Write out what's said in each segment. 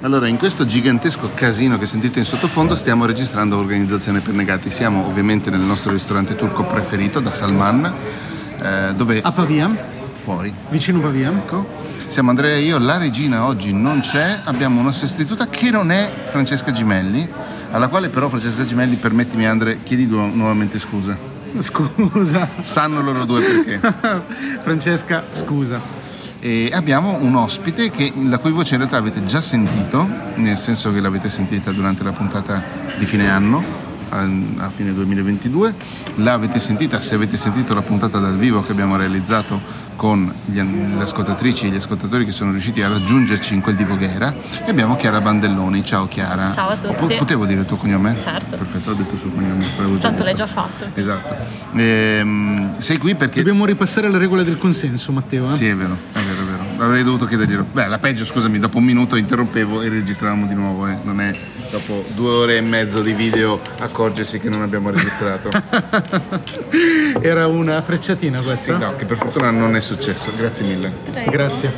Allora, in questo gigantesco casino che sentite in sottofondo stiamo registrando Organizzazione per Negati. Siamo ovviamente nel nostro ristorante turco preferito, da Salman, dove... A Pavia? Fuori. Vicino Pavia? Ecco. Siamo Andrea e io, la regina oggi non c'è, abbiamo una sostituta che non è Francesca Gimelli, alla quale però Francesca Gimelli, permettimi Andrea, chiedi nuovamente scusa. Scusa. Sanno loro due perché. Francesca, scusa. E abbiamo un ospite la cui voce in realtà avete già sentito, nel senso che l'avete sentita durante la puntata di fine anno, a fine 2022. L'avete sentita se avete sentito la puntata dal vivo che abbiamo realizzato con le ascoltatrici e gli ascoltatori che sono riusciti a raggiungerci in quel di Voghera. E abbiamo Chiara Bandelloni. Ciao Chiara. Ciao a tutti. Potevo dire il tuo cognome? Certo. Perfetto, ho detto il suo cognome. Tanto l'hai già fatto. Esatto. Sei qui perché... Dobbiamo ripassare le regole del consenso, Matteo. Sì, è vero. Avrei dovuto chiederglielo. Beh, la peggio, scusami, dopo un minuto interrompevo e registravamo di nuovo. Non è dopo 2 ore e mezzo di video accorgersi che non abbiamo registrato. Era una frecciatina questa? Sì, no, che per fortuna non è successo. Grazie mille. Prego. Grazie.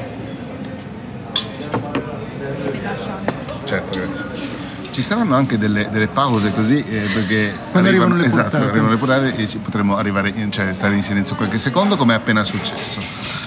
Certo, grazie. Ci saranno anche delle pause così perché quando arrivano le esatto, puntate. arrivano le puntate e potremo arrivare, cioè stare in silenzio qualche secondo come è appena successo.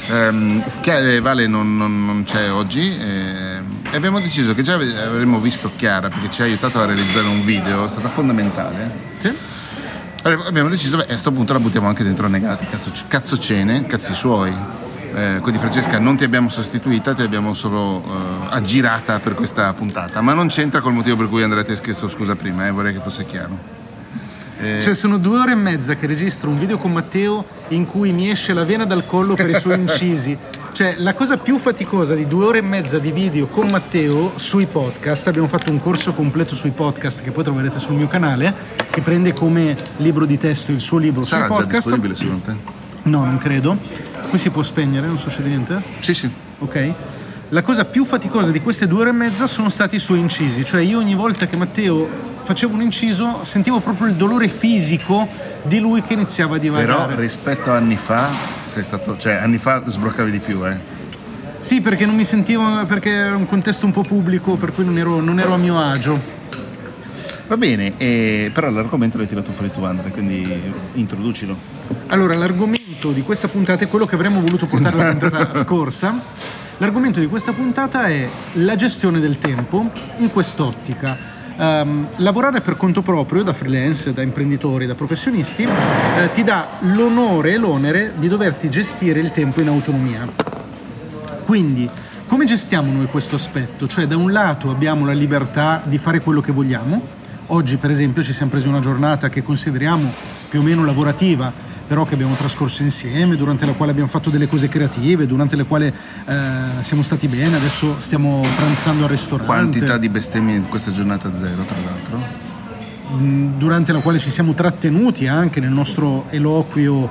Vale non c'è oggi e abbiamo deciso che già avremmo visto Chiara perché ci ha aiutato a realizzare un video, è stata fondamentale. Sì. Abbiamo deciso, a questo punto la buttiamo anche dentro Negati, cazzi suoi. Quindi Francesca non ti abbiamo sostituita, ti abbiamo solo aggirata per questa puntata, ma non c'entra col motivo per cui Andrea ti ha chiesto scusa prima, vorrei che fosse chiaro. Cioè sono 2 ore e mezza che registro un video con Matteo in cui mi esce la vena dal collo per i suoi incisi. Cioè la cosa più faticosa di 2 ore e mezza di video con Matteo sui podcast, abbiamo fatto un corso completo sui podcast che poi troverete sul mio canale, che prende come libro di testo il suo libro sui podcast. Sarà già disponibile secondo te? No, non credo. Qui si può spegnere, non succede niente? Sì. Ok. La cosa più faticosa di queste 2 ore e mezza sono stati i suoi incisi. Cioè io ogni volta che Matteo faceva un inciso sentivo proprio il dolore fisico di lui che iniziava a divagare. Però rispetto a anni fa anni fa sbroccavi di più, Sì, perché non mi sentivo, perché era un contesto un po' pubblico, per cui non ero a mio agio. Va bene, però l'argomento l'hai tirato fuori tu Andrea, quindi introducilo. Allora, l'argomento di questa puntata è quello che avremmo voluto portare alla puntata scorsa. L'argomento di questa puntata è la gestione del tempo in quest'ottica. Lavorare per conto proprio, da freelance, da imprenditori, da professionisti, ti dà l'onore e l'onere di doverti gestire il tempo in autonomia. Quindi, come gestiamo noi questo aspetto? Cioè, da un lato abbiamo la libertà di fare quello che vogliamo. Oggi, per esempio, ci siamo presi una giornata che consideriamo più o meno lavorativa, però che abbiamo trascorso insieme, durante la quale abbiamo fatto delle cose creative, durante le quali siamo stati bene, adesso stiamo pranzando al ristorante. Quantità di bestemmie in questa giornata zero, tra l'altro. Durante la quale ci siamo trattenuti anche nel nostro eloquio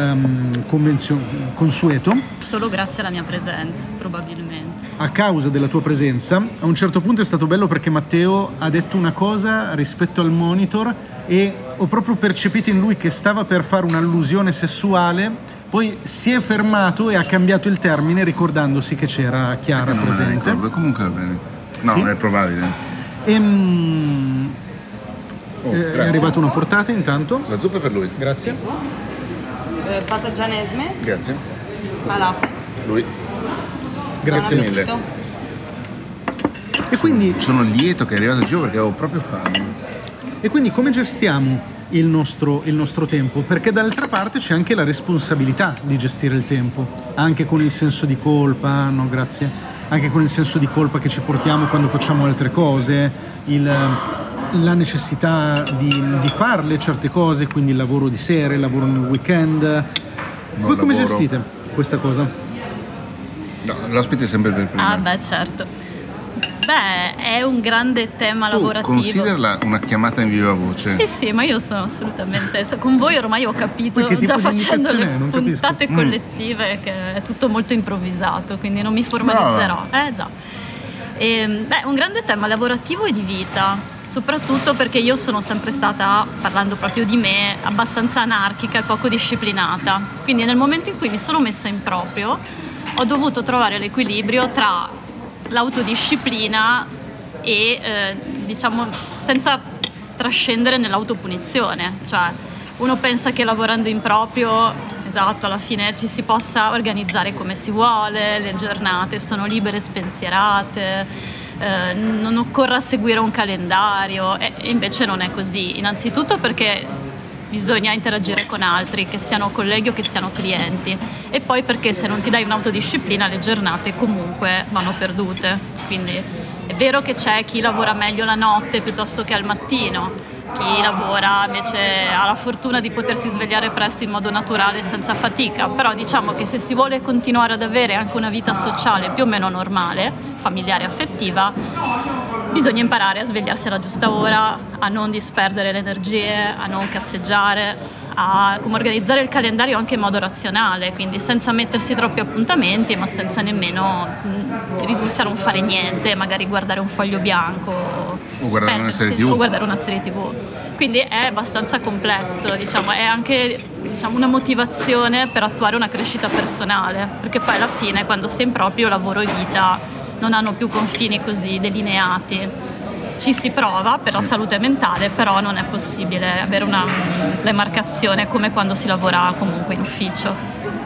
consueto. Solo grazie alla mia presenza, probabilmente. A causa della tua presenza, a un certo punto è stato bello perché Matteo ha detto una cosa rispetto al monitor e ho proprio percepito in lui che stava per fare un'allusione sessuale, poi si è fermato e ha cambiato il termine ricordandosi che c'era Chiara presente. Non comunque va bene. No, sì? È probabile. È arrivata una portata intanto. La zuppa è per lui. Grazie. Patagianesme. Grazie. Falafel. Lui. Grazie mille. E quindi sono lieto che è arrivato giù perché avevo proprio fame. E quindi come gestiamo il nostro tempo? Perché dall'altra parte c'è anche la responsabilità di gestire il tempo, anche con il senso di colpa, no grazie, anche con il senso di colpa che ci portiamo quando facciamo altre cose, la necessità di farle certe cose, quindi il lavoro di sera, il lavoro nel weekend. Voi come gestite questa cosa? No, l'ospite è sempre per prima. Ah beh, certo. Beh, è un grande tema lavorativo. Considerala una chiamata in viva voce. Sì, ma io sono assolutamente con voi ormai ho capito, già facendo le puntate collettive che è tutto molto improvvisato, quindi non mi formalizzerò. Già. Un grande tema lavorativo e di vita, soprattutto perché io sono sempre stata, parlando proprio di me, abbastanza anarchica e poco disciplinata. Quindi nel momento in cui mi sono messa in proprio ho dovuto trovare l'equilibrio tra l'autodisciplina e diciamo senza trascendere nell'autopunizione. Cioè uno pensa che lavorando in proprio, esatto, alla fine ci si possa organizzare come si vuole, le giornate sono libere, spensierate, non occorra seguire un calendario, e invece non è così. Innanzitutto perché bisogna interagire con altri, che siano colleghi o che siano clienti, e poi perché se non ti dai un'autodisciplina le giornate comunque vanno perdute. Quindi è vero che c'è chi lavora meglio la notte piuttosto che al mattino, chi lavora invece ha la fortuna di potersi svegliare presto in modo naturale senza fatica, però diciamo che se si vuole continuare ad avere anche una vita sociale più o meno normale, familiare e affettiva, bisogna imparare a svegliarsi alla giusta ora, a non disperdere le energie, a non cazzeggiare, a come organizzare il calendario anche in modo razionale, quindi senza mettersi troppi appuntamenti, ma senza nemmeno ridursi a non fare niente, magari guardare un foglio bianco o guardare una serie TV. O guardare una serie TV. Quindi è abbastanza complesso, diciamo, è anche una motivazione per attuare una crescita personale, perché poi alla fine quando sei in proprio, lavoro e vita non hanno più confini così delineati. Ci si prova per la salute mentale, però non è possibile avere una demarcazione come quando si lavora comunque in ufficio.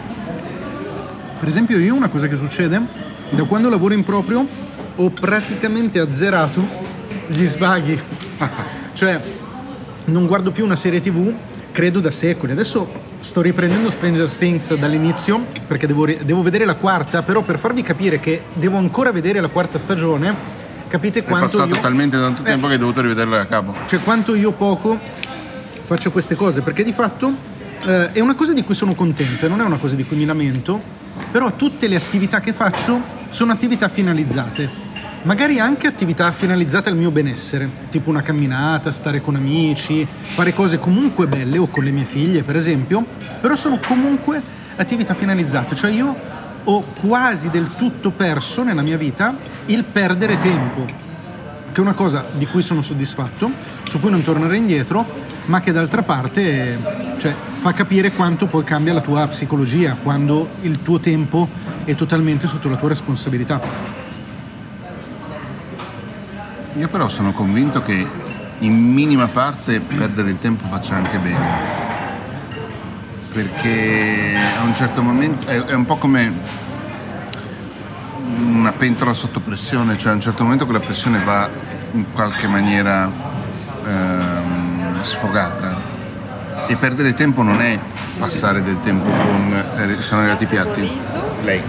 Per esempio io una cosa che succede, da quando lavoro in proprio ho praticamente azzerato gli svaghi. Cioè non guardo più una serie TV, credo da secoli. Adesso sto riprendendo Stranger Things dall'inizio perché devo vedere la quarta, però per farvi capire che devo ancora vedere la quarta stagione, capite quanto è passato talmente tanto tempo che hai dovuto rivederla da capo. Cioè quanto io poco faccio queste cose, perché di fatto è una cosa di cui sono contento e non è una cosa di cui mi lamento, però tutte le attività che faccio sono attività finalizzate, magari anche attività finalizzate al mio benessere, tipo una camminata, stare con amici, fare cose comunque belle, o con le mie figlie per esempio, però sono comunque attività finalizzate. Cioè io ho quasi del tutto perso nella mia vita il perdere tempo, che è una cosa di cui sono soddisfatto, su cui non tornerei indietro, ma che d'altra parte fa capire quanto poi cambia la tua psicologia quando il tuo tempo è totalmente sotto la tua responsabilità. Io però sono convinto che in minima parte perdere il tempo faccia anche bene, perché a un certo momento è un po' come una pentola sotto pressione, cioè a un certo momento quella pressione va in qualche maniera sfogata, e perdere tempo non è passare del tempo con sono arrivati i piatti. Lei.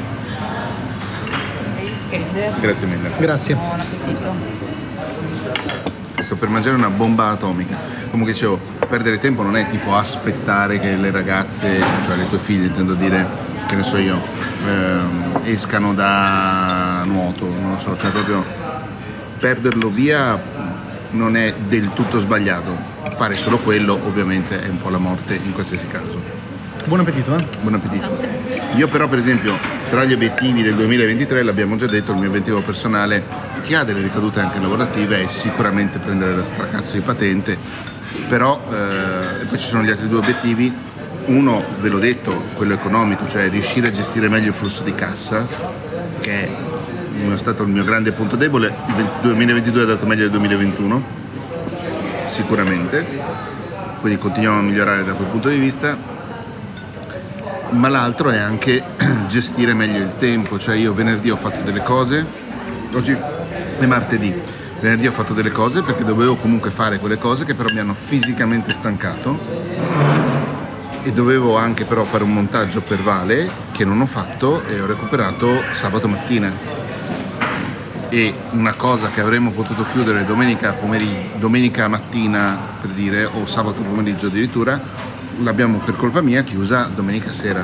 Grazie mille. Grazie. Buon appetito. Sto per mangiare una bomba atomica. Comunque dicevo, perdere tempo non è tipo aspettare che le ragazze, cioè le tue figlie intendo dire, che ne so io, escano da nuoto, non lo so, cioè proprio perderlo via non è del tutto sbagliato. Fare solo quello ovviamente è un po' la morte in qualsiasi caso. Buon appetito, Buon appetito. Io però per esempio tra gli obiettivi del 2023, l'abbiamo già detto, il mio obiettivo personale, che ha delle ricadute anche lavorative, è sicuramente prendere la stracazzo di patente, però poi ci sono gli altri due obiettivi. Uno, ve l'ho detto, quello economico, cioè riuscire a gestire meglio il flusso di cassa, che è stato il mio grande punto debole. Il 2022 è andato meglio del 2021, sicuramente, quindi continuiamo a migliorare da quel punto di vista. Ma l'altro è anche gestire meglio il tempo, cioè io venerdì ho fatto delle cose, oggi è martedì, venerdì ho fatto delle cose perché dovevo comunque fare quelle cose che però mi hanno fisicamente stancato, e dovevo anche però fare un montaggio per Vale che non ho fatto e ho recuperato sabato mattina. E una cosa che avremmo potuto chiudere domenica mattina per dire, o sabato pomeriggio addirittura, l'abbiamo per colpa mia chiusa domenica sera,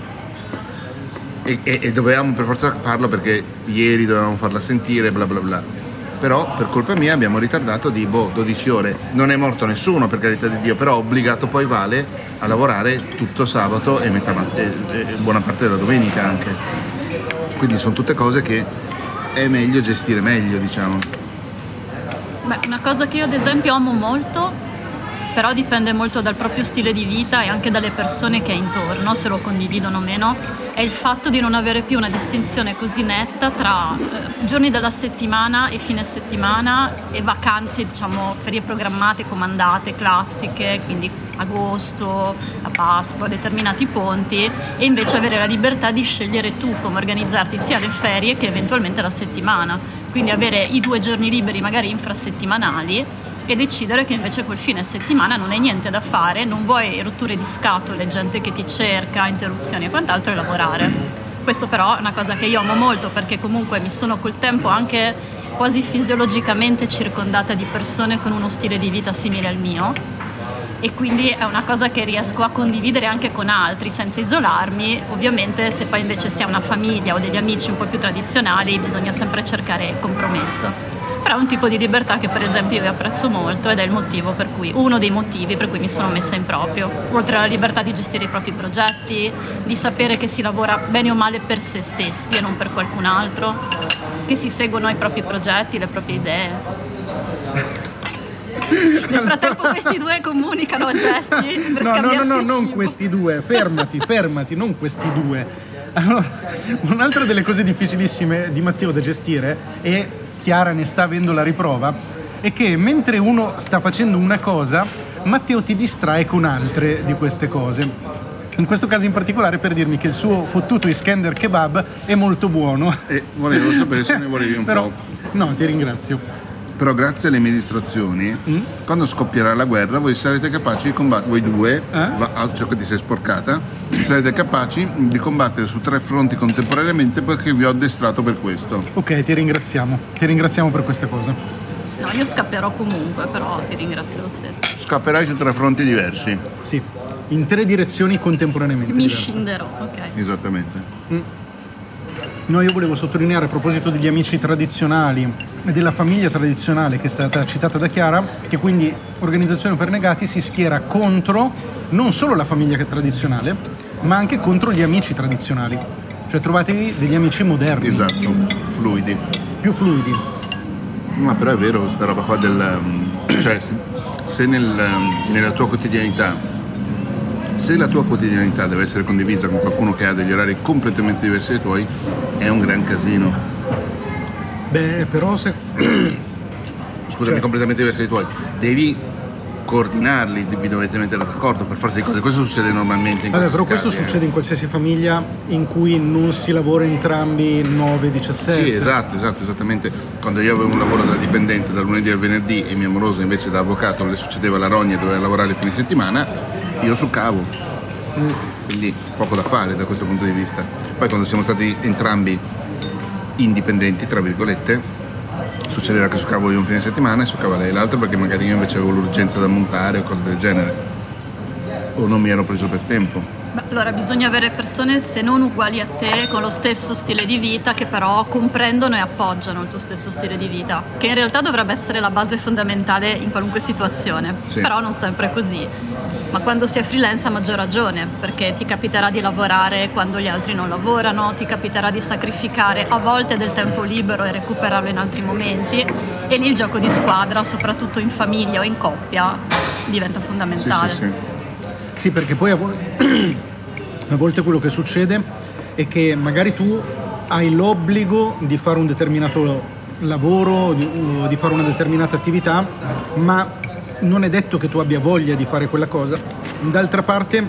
e dovevamo per forza farlo perché ieri dovevamo farla sentire bla bla bla, però per colpa mia abbiamo ritardato di 12 ore. Non è morto nessuno, per carità di Dio, però ho obbligato poi Vale a lavorare tutto sabato e buona parte della domenica anche, quindi sono tutte cose che è meglio gestire meglio, diciamo. Beh, una cosa che io ad esempio amo molto però dipende molto dal proprio stile di vita e anche dalle persone che hai intorno, se lo condividono o meno, è il fatto di non avere più una distinzione così netta tra giorni della settimana e fine settimana e vacanze, diciamo, ferie programmate, comandate, classiche, quindi agosto, a Pasqua, determinati ponti, e invece avere la libertà di scegliere tu come organizzarti sia le ferie che eventualmente la settimana, quindi avere i 2 giorni liberi magari infrasettimanali e decidere che invece quel fine settimana non hai niente da fare, non vuoi rotture di scatole, gente che ti cerca, interruzioni e quant'altro, e lavorare. Questo però è una cosa che io amo molto, perché comunque mi sono col tempo anche quasi fisiologicamente circondata di persone con uno stile di vita simile al mio, e quindi è una cosa che riesco a condividere anche con altri senza isolarmi. Ovviamente se poi invece si ha una famiglia o degli amici un po' più tradizionali bisogna sempre cercare il compromesso. Però è un tipo di libertà che per esempio io apprezzo molto, ed è il motivo per cui, uno dei motivi per cui mi sono messa in proprio, oltre alla libertà di gestire i propri progetti, di sapere che si lavora bene o male per se stessi e non per qualcun altro, che si seguono i propri progetti, le proprie idee. Nel frattempo questi due comunicano a gesti per scambiarsi no, il non cibo. questi due, fermati, non questi due. Allora, un'altra delle cose difficilissime di Matteo da gestire, e Chiara ne sta avendo la riprova, è che mentre uno sta facendo una cosa, Matteo ti distrae con altre di queste cose. In questo caso in particolare per dirmi che il suo fottuto Iskender kebab è molto buono. E volevo sapere se ne volevi un Però, po'. no, ti ringrazio. Però grazie alle mie distrazioni, quando scoppierà la guerra, voi sarete capaci di combattere, voi due, ciò che ti sei sporcata, sarete capaci di combattere su 3 fronti contemporaneamente, perché vi ho addestrato per questo. Ok, ti ringraziamo per questa cosa. No, io scapperò comunque, però ti ringrazio lo stesso. Scapperai su 3 fronti diversi. Sì, in 3 direzioni contemporaneamente Mi diverse. scinderò, ok. Esattamente. No, io volevo sottolineare a proposito degli amici tradizionali e della famiglia tradizionale che è stata citata da Chiara, che quindi Organizzazione per Negati si schiera contro non solo la famiglia tradizionale, ma anche contro gli amici tradizionali. Cioè trovatevi degli amici moderni. Esatto, fluidi. Più fluidi. Ma però è vero questa roba qua cioè se nella tua quotidianità, se la tua quotidianità deve essere condivisa con qualcuno che ha degli orari completamente diversi dai tuoi, è un gran casino. Beh, però se... Scusami, completamente diversi dai tuoi. Devi coordinarli, vi dovete mettere d'accordo per forza di cose. Questo succede normalmente in qualsiasi però questo casi, succede in qualsiasi famiglia in cui non si lavora entrambi 9-17. Sì, esattamente. Quando io avevo un lavoro da dipendente dal lunedì al venerdì e mia amorosa invece da avvocato le succedeva la rogna e doveva lavorare il fine settimana, io succavo. Quindi poco da fare da questo punto di vista. Poi quando siamo stati entrambi indipendenti, tra virgolette, succedeva che succavo io un fine settimana e succava lei l'altro, perché magari io invece avevo l'urgenza da montare o cose del genere, o non mi ero preso per tempo. Beh, allora bisogna avere persone, se non uguali a te, con lo stesso stile di vita, che però comprendono e appoggiano il tuo stesso stile di vita, che in realtà dovrebbe essere la base fondamentale in qualunque situazione, Sì. Però non sempre è così. Ma quando si è freelance a maggior ragione, perché ti capiterà di lavorare quando gli altri non lavorano, ti capiterà di sacrificare a volte del tempo libero e recuperarlo in altri momenti, e lì il gioco di squadra, soprattutto in famiglia o in coppia, diventa fondamentale. Sì. Sì, perché poi a volte quello che succede è che magari tu hai l'obbligo di fare un determinato lavoro o di fare una determinata attività, ma non è detto che tu abbia voglia di fare quella cosa. D'altra parte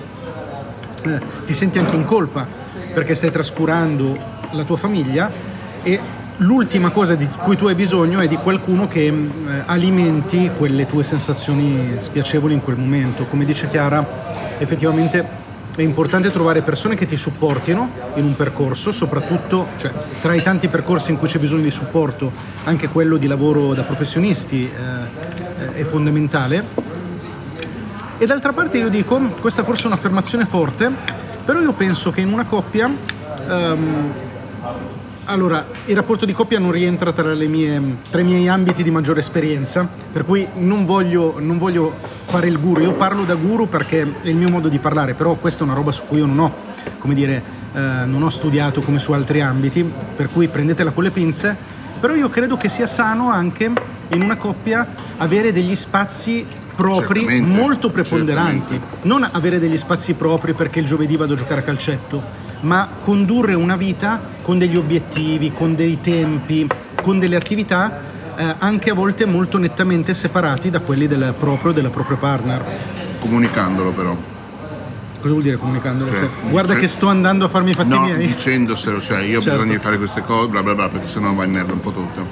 ti senti anche in colpa perché stai trascurando la tua famiglia, e l'ultima cosa di cui tu hai bisogno è di qualcuno che alimenti quelle tue sensazioni spiacevoli in quel momento. Come dice Chiara, effettivamente è importante trovare persone che ti supportino in un percorso, soprattutto, cioè, tra i tanti percorsi in cui c'è bisogno di supporto, anche quello di lavoro da professionisti è fondamentale. E d'altra parte io dico, questa forse è un'affermazione forte, però io penso che in una coppia, allora, il rapporto di coppia non rientra tra i miei ambiti di maggiore esperienza, per cui non voglio fare il guru. Io parlo da guru perché è il mio modo di parlare, però questa è una roba su cui io non ho studiato come su altri ambiti, per cui prendetela con le pinze. Però io credo che sia sano anche in una coppia avere degli spazi propri molto preponderanti. Non avere degli spazi propri perché il giovedì vado a giocare a calcetto, ma condurre una vita con degli obiettivi, con dei tempi, con delle attività anche a volte molto nettamente separati da quelli della propria partner. Comunicandolo però. Cosa vuol dire comunicandolo? Cioè, guarda che sto andando a farmi i fatti miei. No, dicendoselo, cioè io ho bisogno di fare queste cose, bla bla bla, perché sennò va in merda un po' tutto.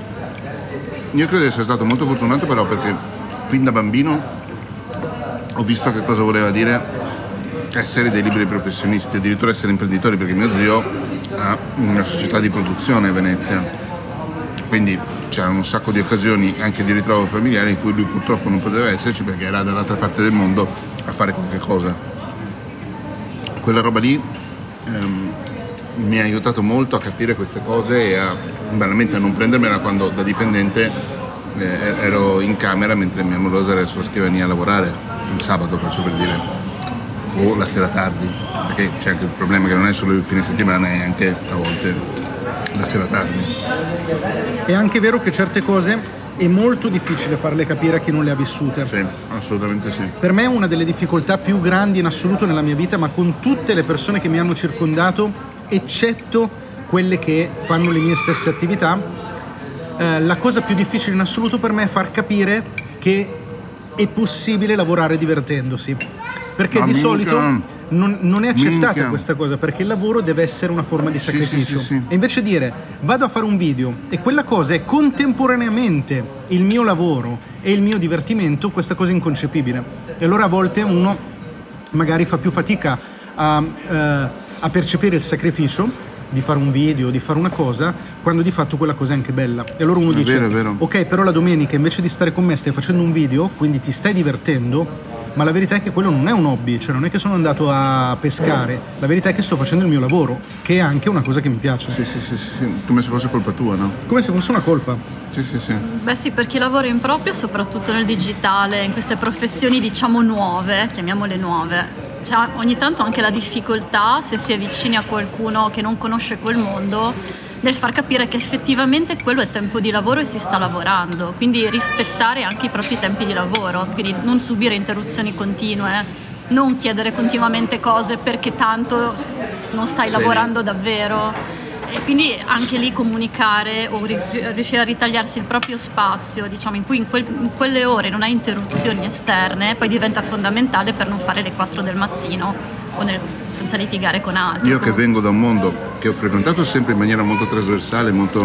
Io credo di essere stato molto fortunato però perché fin da bambino ho visto che cosa voleva dire essere dei liberi professionisti, addirittura essere imprenditori, perché mio zio ha una società di produzione a Venezia, quindi c'erano un sacco di occasioni anche di ritrovo familiare in cui lui purtroppo non poteva esserci perché era dall'altra parte del mondo a fare qualche cosa. Quella roba lì mi ha aiutato molto a capire queste cose e banalmente a non prendermela quando da dipendente ero in camera mentre mia amorosa era sulla scrivania a lavorare il sabato, faccio per dire, o la sera tardi, perché c'è anche il problema che non è solo il fine settimana, è anche a volte la sera tardi. È anche vero che certe cose è molto difficile farle capire a chi non le ha vissute. Sì, assolutamente sì. Per me è una delle difficoltà più grandi in assoluto nella mia vita, ma con tutte le persone che mi hanno circondato, eccetto quelle che fanno le mie stesse attività, la cosa più difficile in assoluto per me è far capire che è possibile lavorare divertendosi. Perché di solito non è accettata questa cosa, perché il lavoro deve essere una forma di sacrificio. Sì. E invece dire vado a fare un video e quella cosa è contemporaneamente il mio lavoro e il mio divertimento, questa cosa è inconcepibile. E allora a volte uno magari fa più fatica a percepire il sacrificio di fare un video, di fare una cosa, quando di fatto quella cosa è anche bella. E allora uno dice, vero. ok, però la domenica invece di stare con me stai facendo un video, quindi ti stai divertendo, ma la verità è che quello non è un hobby, cioè non è che sono andato a pescare, la verità è che sto facendo il mio lavoro, che è anche una cosa che mi piace. Sì, come se fosse colpa tua, no? Come se fosse una colpa. Sì. Beh sì, per chi lavora in proprio, soprattutto nel digitale, in queste professioni diciamo nuove, chiamiamole nuove, c'è ogni tanto anche la difficoltà, se si è vicini a qualcuno che non conosce quel mondo, del far capire che effettivamente quello è tempo di lavoro e si sta lavorando, quindi rispettare anche i propri tempi di lavoro, quindi non subire interruzioni continue, non chiedere continuamente cose perché tanto non stai lavorando davvero. E quindi anche lì comunicare o riuscire a ritagliarsi il proprio spazio, diciamo, in cui in quelle ore non hai interruzioni esterne, poi diventa fondamentale per non fare le 4 del mattino o senza litigare con altri. Io che vengo da un mondo che ho frequentato sempre in maniera molto trasversale, molto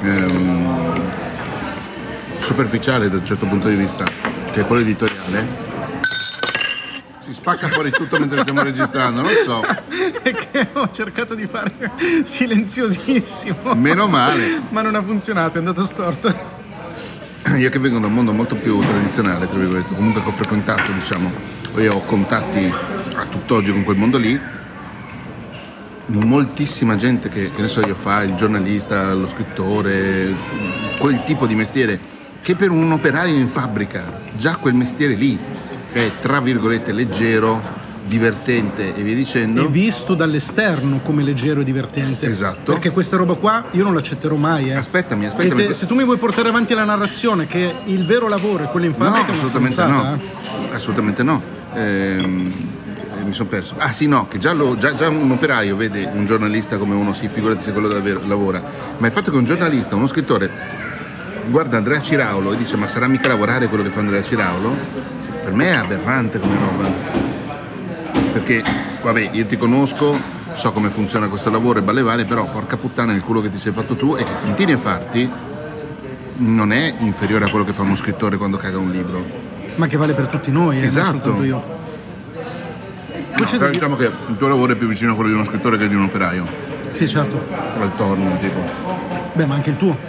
superficiale da un certo punto di vista, che è quello editoriale, si spacca fuori tutto mentre stiamo registrando, non so. È che ho cercato di fare silenziosissimo. Meno male. Ma non ha funzionato, è andato storto. Io che vengo da un mondo molto più tradizionale, tra virgolette, comunque che ho frequentato, diciamo, io ho contatti a tutt'oggi con quel mondo lì, moltissima gente che ne so io fa il giornalista, lo scrittore, quel tipo di mestiere, che per un operaio in fabbrica, già quel mestiere lì è tra virgolette leggero, divertente e via dicendo. È visto dall'esterno come leggero e divertente. Esatto. Perché questa roba qua io non l'accetterò mai. Aspettami. Se tu mi vuoi portare avanti la narrazione che il vero lavoro è quello in fabbrica, no, assolutamente no. Mi sono perso. Ah sì, no, che già un operaio vede un giornalista come uno, sì, figurati se quello davvero lavora. Ma il fatto che un giornalista, uno scrittore, guarda Andrea Ciraulo e dice ma sarà mica lavorare quello che fa Andrea Ciraulo? Per me è aberrante come roba, perché vabbè, io ti conosco, so come funziona questo lavoro e ballevare, però porca puttana il culo che ti sei fatto tu e che continui a farti non è inferiore a quello che fa uno scrittore quando caga un libro, ma che vale per tutti noi, esatto. Non soltanto io. Però diciamo che il tuo lavoro è più vicino a quello di uno scrittore che di un operaio. Sì, certo. Al torno, tipo. Beh, ma anche il tuo.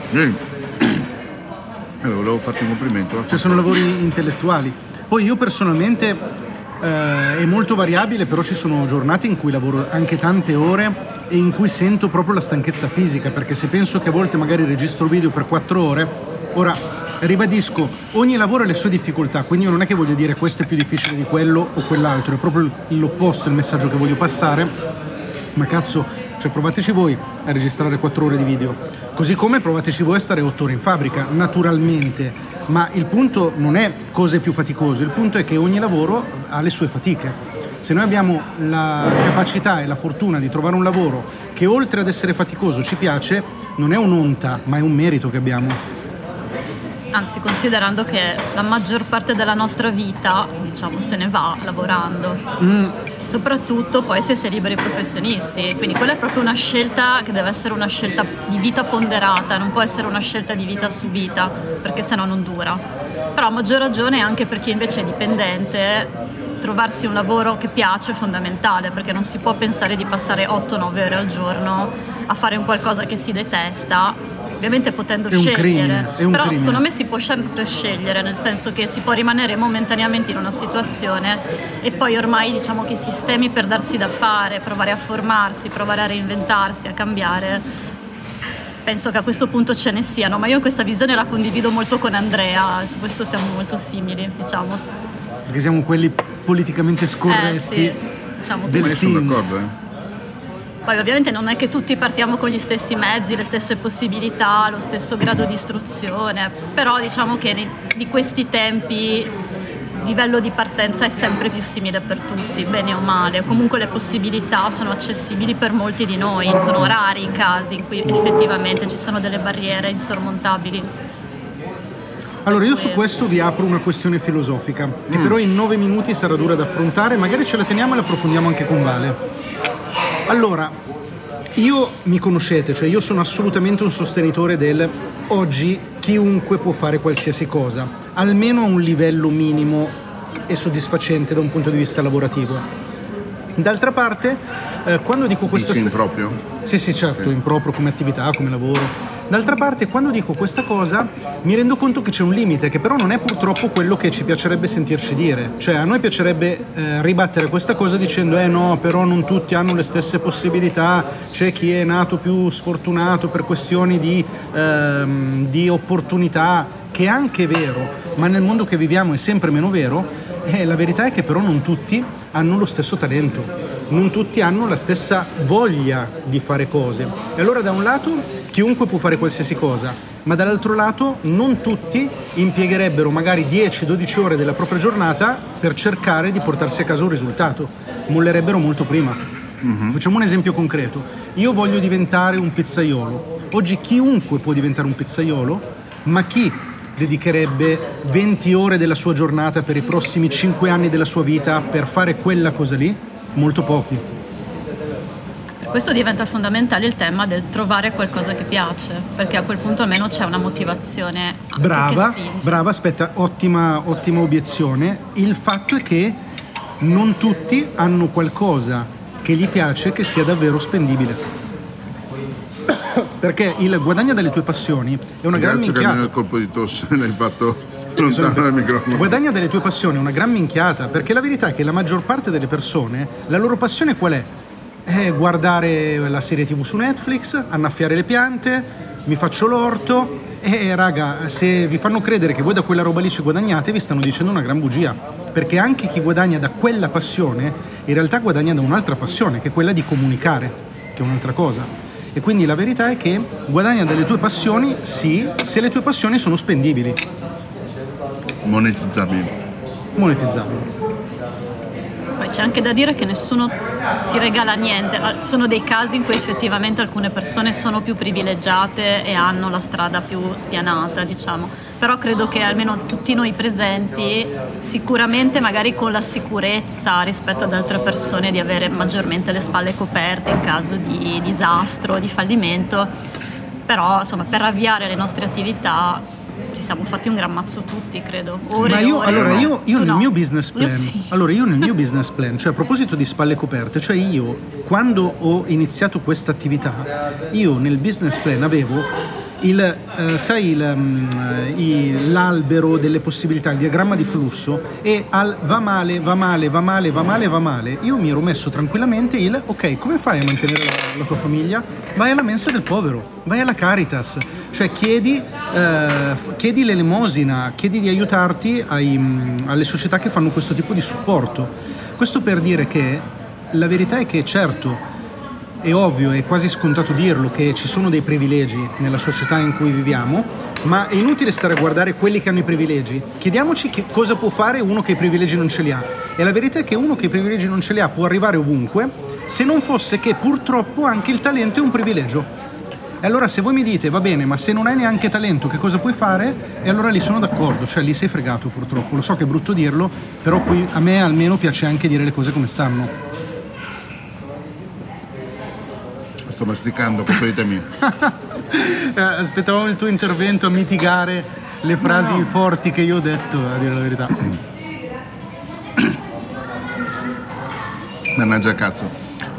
Volevo farti un complimento. Cioè sono lavori intellettuali. Poi io personalmente è molto variabile, però ci sono giornate in cui lavoro anche tante ore e in cui sento proprio la stanchezza fisica, perché se penso che a volte magari registro video per 4 ore, ora ribadisco, ogni lavoro ha le sue difficoltà, quindi io non è che voglio dire questo è più difficile di quello o quell'altro, è proprio l'opposto il messaggio che voglio passare, ma cazzo, Cioè provateci voi a registrare 4 ore di video, così come provateci voi a stare 8 ore in fabbrica, naturalmente, ma il punto non è cosa è più faticoso, il punto è che ogni lavoro ha le sue fatiche. Se noi abbiamo la capacità e la fortuna di trovare un lavoro che oltre ad essere faticoso ci piace, non è un'onta, ma è un merito che abbiamo. Anzi, considerando che la maggior parte della nostra vita, diciamo, se ne va lavorando. Soprattutto poi se si è liberi professionisti. Quindi quella è proprio una scelta che deve essere una scelta di vita ponderata, non può essere una scelta di vita subita, perché sennò non dura. Però a maggior ragione anche per chi invece è dipendente, trovarsi un lavoro che piace è fondamentale, perché non si può pensare di passare 8-9 ore al giorno a fare un qualcosa che si detesta. Ovviamente potendo scegliere, però secondo me si può sempre scegliere, nel senso che si può rimanere momentaneamente in una situazione e poi ormai diciamo che i sistemi per darsi da fare, provare a formarsi, provare a reinventarsi, a cambiare, penso che a questo punto ce ne siano, ma io questa visione la condivido molto con Andrea, su questo siamo molto simili, diciamo. Perché siamo quelli politicamente scorretti sì, diciamo del team. Sono d'accordo, Poi ovviamente non è che tutti partiamo con gli stessi mezzi, le stesse possibilità, lo stesso grado di istruzione, però diciamo che di questi tempi il livello di partenza è sempre più simile per tutti, bene o male. Comunque le possibilità sono accessibili per molti di noi, sono rari i casi in cui effettivamente ci sono delle barriere insormontabili. Allora io su questo vi apro una questione filosofica, che però in 9 minuti sarà dura da affrontare, magari ce la teniamo e la approfondiamo anche con Vale. Allora, io mi conoscete, cioè io sono assolutamente un sostenitore del oggi chiunque può fare qualsiasi cosa, almeno a un livello minimo e soddisfacente da un punto di vista lavorativo. D'altra parte, quando dico questa... Dici in proprio? Sì, certo, in proprio come attività, come lavoro. D'altra parte, quando dico questa cosa, mi rendo conto che c'è un limite, che però non è purtroppo quello che ci piacerebbe sentirci dire. Cioè, a noi piacerebbe ribattere questa cosa dicendo no, però non tutti hanno le stesse possibilità, c'è chi è nato più sfortunato per questioni di opportunità, che è anche vero, ma nel mondo che viviamo è sempre meno vero. La verità è che però non tutti hanno lo stesso talento, non tutti hanno la stessa voglia di fare cose. E allora da un lato chiunque può fare qualsiasi cosa, ma dall'altro lato non tutti impiegherebbero magari 10-12 ore della propria giornata per cercare di portarsi a casa un risultato, mollerebbero molto prima. Facciamo un esempio concreto: io voglio diventare un pizzaiolo. Oggi chiunque può diventare un pizzaiolo, ma chi dedicherebbe 20 ore della sua giornata per i prossimi 5 anni della sua vita per fare quella cosa lì? Molto pochi. Per questo diventa fondamentale il tema del trovare qualcosa che piace, perché a quel punto almeno c'è una motivazione brava, che spinge. Brava, aspetta, ottima obiezione. Il fatto è che non tutti hanno qualcosa che gli piace che sia davvero spendibile. Perché il guadagna dalle tue passioni è una gran minchiata. Grazie che il colpo di tosse l'hai fatto lontano dal microfono. Guadagna dalle tue passioni è una gran minchiata, perché la verità è che la maggior parte delle persone, la loro passione qual è? È guardare la serie TV su Netflix, annaffiare le piante, mi faccio l'orto. Raga, se vi fanno credere che voi da quella roba lì ci guadagnate, vi stanno dicendo una gran bugia, perché anche chi guadagna da quella passione in realtà guadagna da un'altra passione, che è quella di comunicare, che è un'altra cosa. E quindi la verità è che guadagna dalle tue passioni, sì, se le tue passioni sono spendibili. Monetizzabili. Poi c'è anche da dire che nessuno ti regala niente. Ci sono dei casi in cui effettivamente alcune persone sono più privilegiate e hanno la strada più spianata, diciamo. Però credo che almeno tutti noi presenti, sicuramente magari con la sicurezza rispetto ad altre persone di avere maggiormente le spalle coperte in caso di disastro, di fallimento, però insomma per avviare le nostre attività ci siamo fatti un gran mazzo tutti, credo. Io nel mio business plan, cioè a proposito di spalle coperte, cioè io quando ho iniziato questa attività, io nel business plan avevo l'albero delle possibilità, il diagramma di flusso, e al va male, io mi ero messo tranquillamente ok, come fai a mantenere la tua famiglia? Vai alla mensa del povero, vai alla Caritas, cioè chiedi l'elemosina, chiedi di aiutarti alle società che fanno questo tipo di supporto. Questo per dire che la verità è che certo è ovvio, è quasi scontato dirlo, che ci sono dei privilegi nella società in cui viviamo, ma è inutile stare a guardare quelli che hanno i privilegi. Chiediamoci che cosa può fare uno che i privilegi non ce li ha. E la verità è che uno che i privilegi non ce li ha può arrivare ovunque, se non fosse che purtroppo anche il talento è un privilegio. E allora se voi mi dite, va bene, ma se non hai neanche talento, che cosa puoi fare? E allora lì sono d'accordo, cioè lì sei fregato purtroppo. Lo so che è brutto dirlo, però qui a me almeno piace anche dire le cose come stanno. Sto masticando, cosa dite mie? Aspettavamo il tuo intervento a mitigare le frasi forti che io ho detto, a dire la verità. Mannaggia cazzo.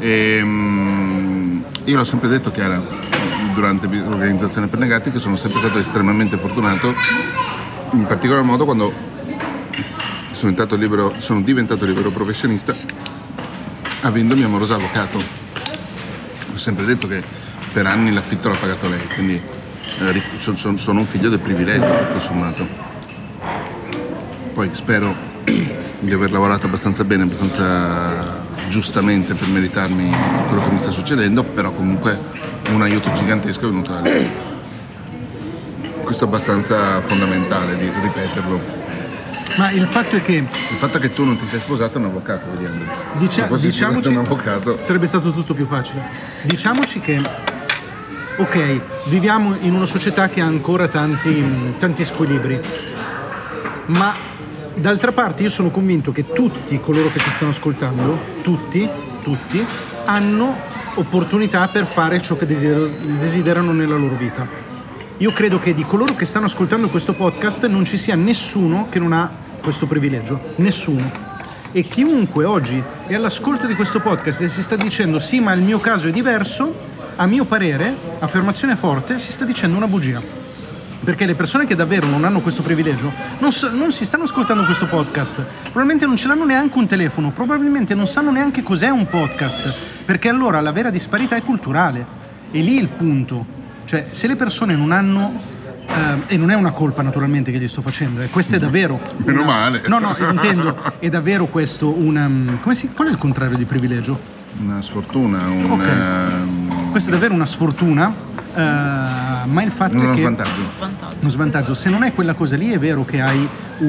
Io l'ho sempre detto, Chiara, durante l'organizzazione per negati, che sono sempre stato estremamente fortunato, in particolar modo quando sono diventato libero professionista, avendomi amoroso avvocato. Ho sempre detto che per anni l'affitto l'ha pagato lei, quindi sono un figlio del privilegio, tutto sommato. Poi spero di aver lavorato abbastanza bene, abbastanza giustamente per meritarmi quello che mi sta succedendo, però comunque un aiuto gigantesco è venuto da lei. Questo è abbastanza fondamentale di ripeterlo. Ma il fatto è che tu non ti sei sposato è un avvocato, vediamo. Diciamoci, un avvocato sarebbe stato tutto più facile. Diciamoci che ok, viviamo in una società che ha ancora tanti squilibri, ma d'altra parte io sono convinto che tutti coloro che ci stanno ascoltando, tutti hanno opportunità per fare ciò che desiderano nella loro vita. Io credo che di coloro che stanno ascoltando questo podcast non ci sia nessuno che non ha questo privilegio, nessuno. E chiunque oggi è all'ascolto di questo podcast e si sta dicendo sì, ma il mio caso è diverso, a mio parere, affermazione forte, si sta dicendo una bugia. Perché le persone che davvero non hanno questo privilegio non si stanno ascoltando questo podcast, probabilmente non ce l'hanno neanche un telefono, probabilmente non sanno neanche cos'è un podcast, perché allora la vera disparità è culturale. E lì il punto. Cioè, se le persone non hanno, e non è una colpa naturalmente che gli sto facendo, questo è davvero meno male. No, intendo, è davvero questo qual è il contrario di privilegio? Una sfortuna, okay. Questa è davvero una sfortuna, ma il fatto è che uno svantaggio. Se non è quella cosa lì, è vero che hai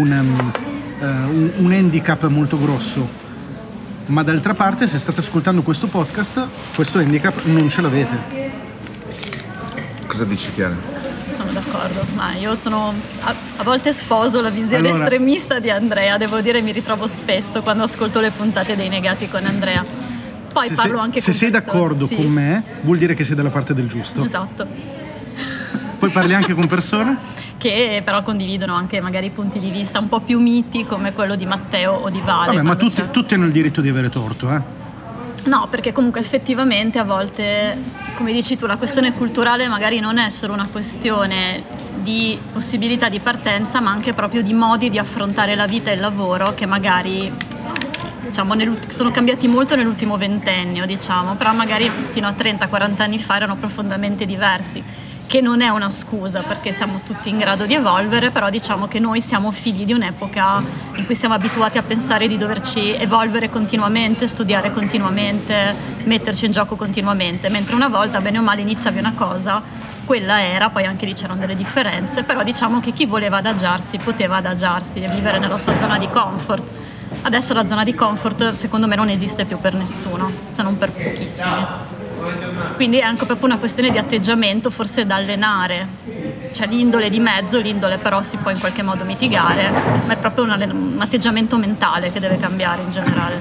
un handicap molto grosso, ma d'altra parte, se state ascoltando questo podcast, questo handicap non ce l'avete. Cosa dici, Chiara? Sono d'accordo, ma io a volte sposo la visione estremista di Andrea, devo dire, mi ritrovo spesso quando ascolto le puntate dei negati con Andrea. Poi parlo anche con Se sei d'accordo con me, vuol dire che sei dalla parte del giusto. Esatto. Poi parli anche con persone che però condividono anche magari punti di vista un po' più miti, come quello di Matteo o di Vale. Vabbè, ma tutti hanno il diritto di avere torto, No, perché comunque effettivamente a volte, come dici tu, la questione culturale magari non è solo una questione di possibilità di partenza, ma anche proprio di modi di affrontare la vita e il lavoro che magari, diciamo, sono cambiati molto nell'ultimo ventennio, diciamo, però magari fino a 30-40 anni fa erano profondamente diversi, che non è una scusa perché siamo tutti in grado di evolvere, però diciamo che noi siamo figli di un'epoca in cui siamo abituati a pensare di doverci evolvere continuamente, studiare continuamente, metterci in gioco continuamente, mentre una volta, bene o male, iniziavi una cosa, quella era, poi anche lì c'erano delle differenze, però diciamo che chi voleva adagiarsi poteva adagiarsi e vivere nella sua zona di comfort. Adesso la zona di comfort secondo me non esiste più per nessuno, se non per pochissimi. Quindi è anche proprio una questione di atteggiamento forse da allenare, c'è l'indole di mezzo, l'indole però si può in qualche modo mitigare, ma è proprio un atteggiamento mentale che deve cambiare in generale.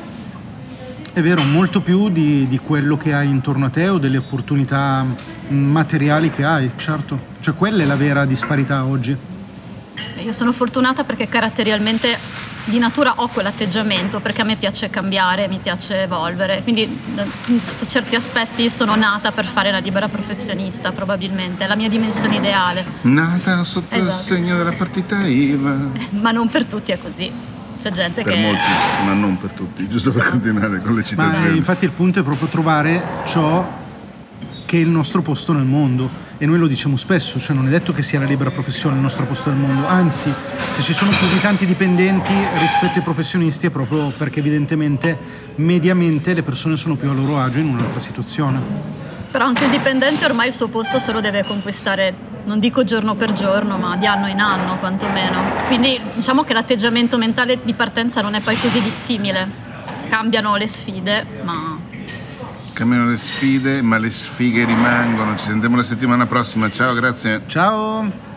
È vero, molto più di quello che hai intorno a te o delle opportunità materiali che hai, certo, cioè quella è la vera disparità oggi. Io sono fortunata perché caratterialmente di natura ho quell'atteggiamento, perché a me piace cambiare, mi piace evolvere, quindi sotto certi aspetti sono nata per fare la libera professionista, probabilmente, è la mia dimensione ideale. Nata sotto il segno della partita IVA. Ma non per tutti è così, c'è gente per molti, ma non per tutti, giusto per continuare con le citazioni. Ma infatti il punto è proprio trovare ciò che è il nostro posto nel mondo, e noi lo diciamo spesso, cioè non è detto che sia la libera professione il nostro posto nel mondo, anzi, se ci sono così tanti dipendenti rispetto ai professionisti è proprio perché evidentemente mediamente le persone sono più a loro agio in un'altra situazione. Però anche il dipendente ormai il suo posto se lo deve conquistare, non dico giorno per giorno, ma di anno in anno quantomeno. Quindi diciamo che l'atteggiamento mentale di partenza non è poi così dissimile. Cambiano le sfide, ma le sfighe rimangono. Ci sentiamo la settimana prossima. Ciao, grazie. Ciao.